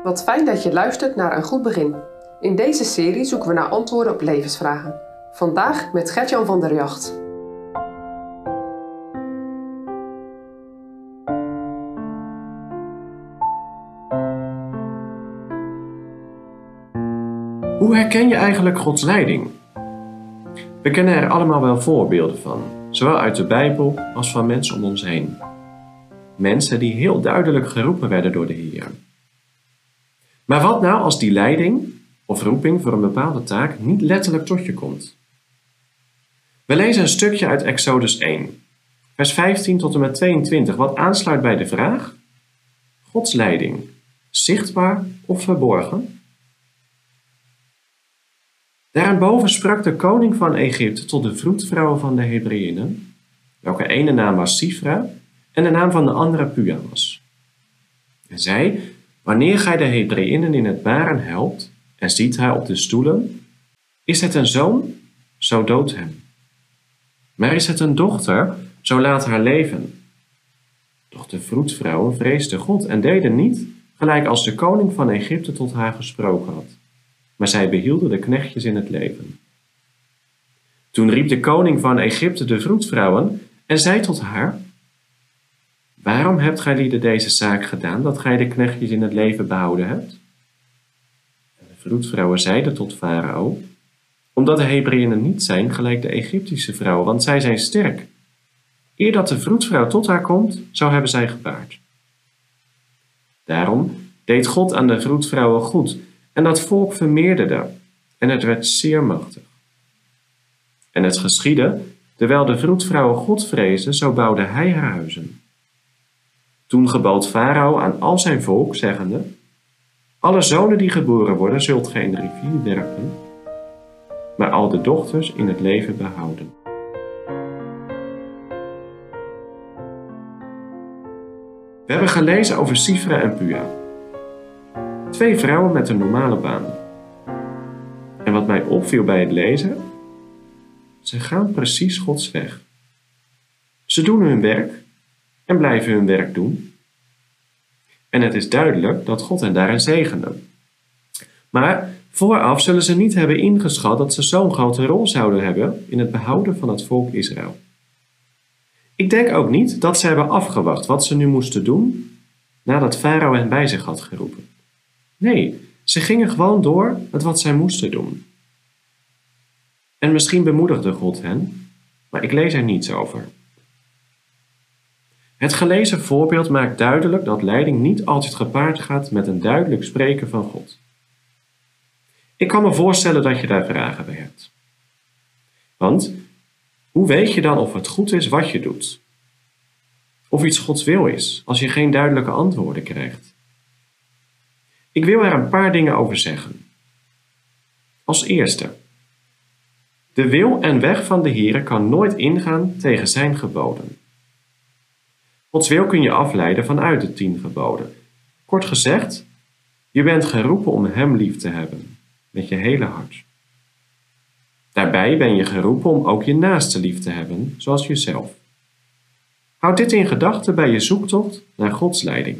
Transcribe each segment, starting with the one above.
Wat fijn dat je luistert naar Een Goed Begin. In deze serie zoeken we naar antwoorden op levensvragen. Vandaag met Gert-Jan van der Jacht. Hoe herken je eigenlijk Gods leiding? We kennen er allemaal wel voorbeelden van, zowel uit de Bijbel als van mensen om ons heen. Mensen die heel duidelijk geroepen werden door de Heer. Maar wat nou als die leiding of roeping voor een bepaalde taak niet letterlijk tot je komt? We lezen een stukje uit Exodus 1, vers 15 tot en met 22, wat aansluit bij de vraag: Gods leiding, zichtbaar of verborgen? Daarboven sprak de koning van Egypte tot de vroedvrouwen van de Hebreeënen, welke ene naam was Sifra en de naam van de andere Pua was. En zei: Wanneer gij de Hebreeënen in het baren helpt en ziet haar op de stoelen, is het een zoon, zo dood hem. Maar is het een dochter, zo laat haar leven. Doch de vroedvrouwen vreesden God en deden niet, gelijk als de koning van Egypte tot haar gesproken had. Maar zij behielden de knechtjes in het leven. Toen riep de koning van Egypte de vroedvrouwen en zei tot haar: Waarom hebt gij lieden deze zaak gedaan, dat gij de knechtjes in het leven behouden hebt? En de vroedvrouwen zeiden tot Farao: Omdat de Hebreeënen niet zijn gelijk de Egyptische vrouwen, want zij zijn sterk. Eer dat de vroedvrouw tot haar komt, zo hebben zij gebaard. Daarom deed God aan de vroedvrouwen goed, en dat volk vermeerderde, en het werd zeer machtig. En het geschiedde, terwijl de vroedvrouwen God vreesden, zo bouwde hij haar huizen. Toen gebood Farao aan al zijn volk, zeggende: Alle zonen die geboren worden, zult gij in de rivier werpen, maar al de dochters in het leven behouden. We hebben gelezen over Sifra en Pua. 2 vrouwen met een normale baan. En wat mij opviel bij het lezen: ze gaan precies Gods weg. Ze doen hun werk en blijven hun werk doen. En het is duidelijk dat God hen daarin zegende. Maar vooraf zullen ze niet hebben ingeschat dat ze zo'n grote rol zouden hebben in het behouden van het volk Israël. Ik denk ook niet dat ze hebben afgewacht wat ze nu moesten doen nadat Farao hen bij zich had geroepen. Nee, ze gingen gewoon door met wat zij moesten doen. En misschien bemoedigde God hen, maar ik lees er niets over. Het gelezen voorbeeld maakt duidelijk dat leiding niet altijd gepaard gaat met een duidelijk spreken van God. Ik kan me voorstellen dat je daar vragen bij hebt. Want hoe weet je dan of het goed is wat je doet? Of iets Gods wil is, als je geen duidelijke antwoorden krijgt? Ik wil er een paar dingen over zeggen. Als eerste: de wil en weg van de Heere kan nooit ingaan tegen zijn geboden. Gods wil kun je afleiden vanuit de 10 geboden. Kort gezegd, je bent geroepen om hem lief te hebben, met je hele hart. Daarbij ben je geroepen om ook je naaste lief te hebben, zoals jezelf. Houd dit in gedachten bij je zoektocht naar Gods leiding.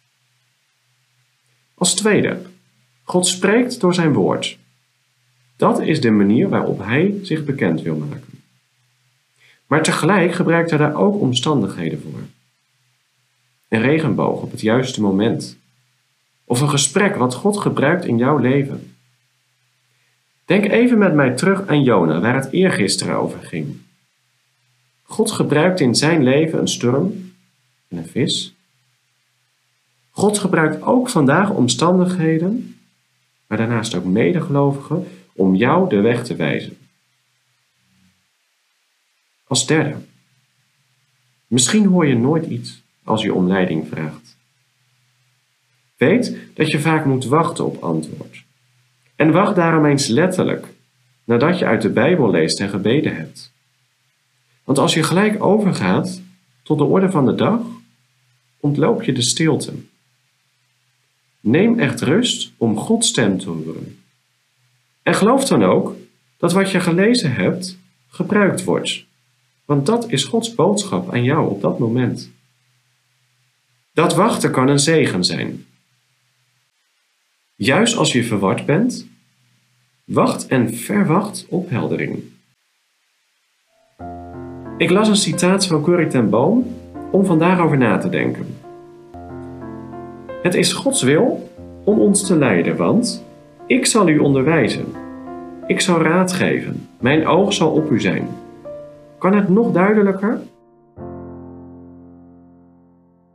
Als tweede, God spreekt door zijn woord. Dat is de manier waarop hij zich bekend wil maken. Maar tegelijk gebruikt hij daar ook omstandigheden voor. Een regenboog op het juiste moment. Of een gesprek wat God gebruikt in jouw leven. Denk even met mij terug aan Jona, waar het eergisteren over ging. God gebruikt in zijn leven een storm en een vis. God gebruikt ook vandaag omstandigheden, maar daarnaast ook medegelovigen, om jou de weg te wijzen. Als derde: misschien hoor je nooit iets als je om leiding vraagt. Weet dat je vaak moet wachten op antwoord. En wacht daarom eens letterlijk, nadat je uit de Bijbel leest en gebeden hebt. Want als je gelijk overgaat tot de orde van de dag, ontloop je de stilte. Neem echt rust om Gods stem te horen. En geloof dan ook dat wat je gelezen hebt gebruikt wordt. Want dat is Gods boodschap aan jou op dat moment. Dat wachten kan een zegen zijn. Juist als je verward bent, wacht en verwacht opheldering. Ik las een citaat van Corrie ten Boom om vandaag over na te denken. Het is Gods wil om ons te leiden, want ik zal u onderwijzen. Ik zal raad geven. Mijn oog zal op u zijn. Kan het nog duidelijker?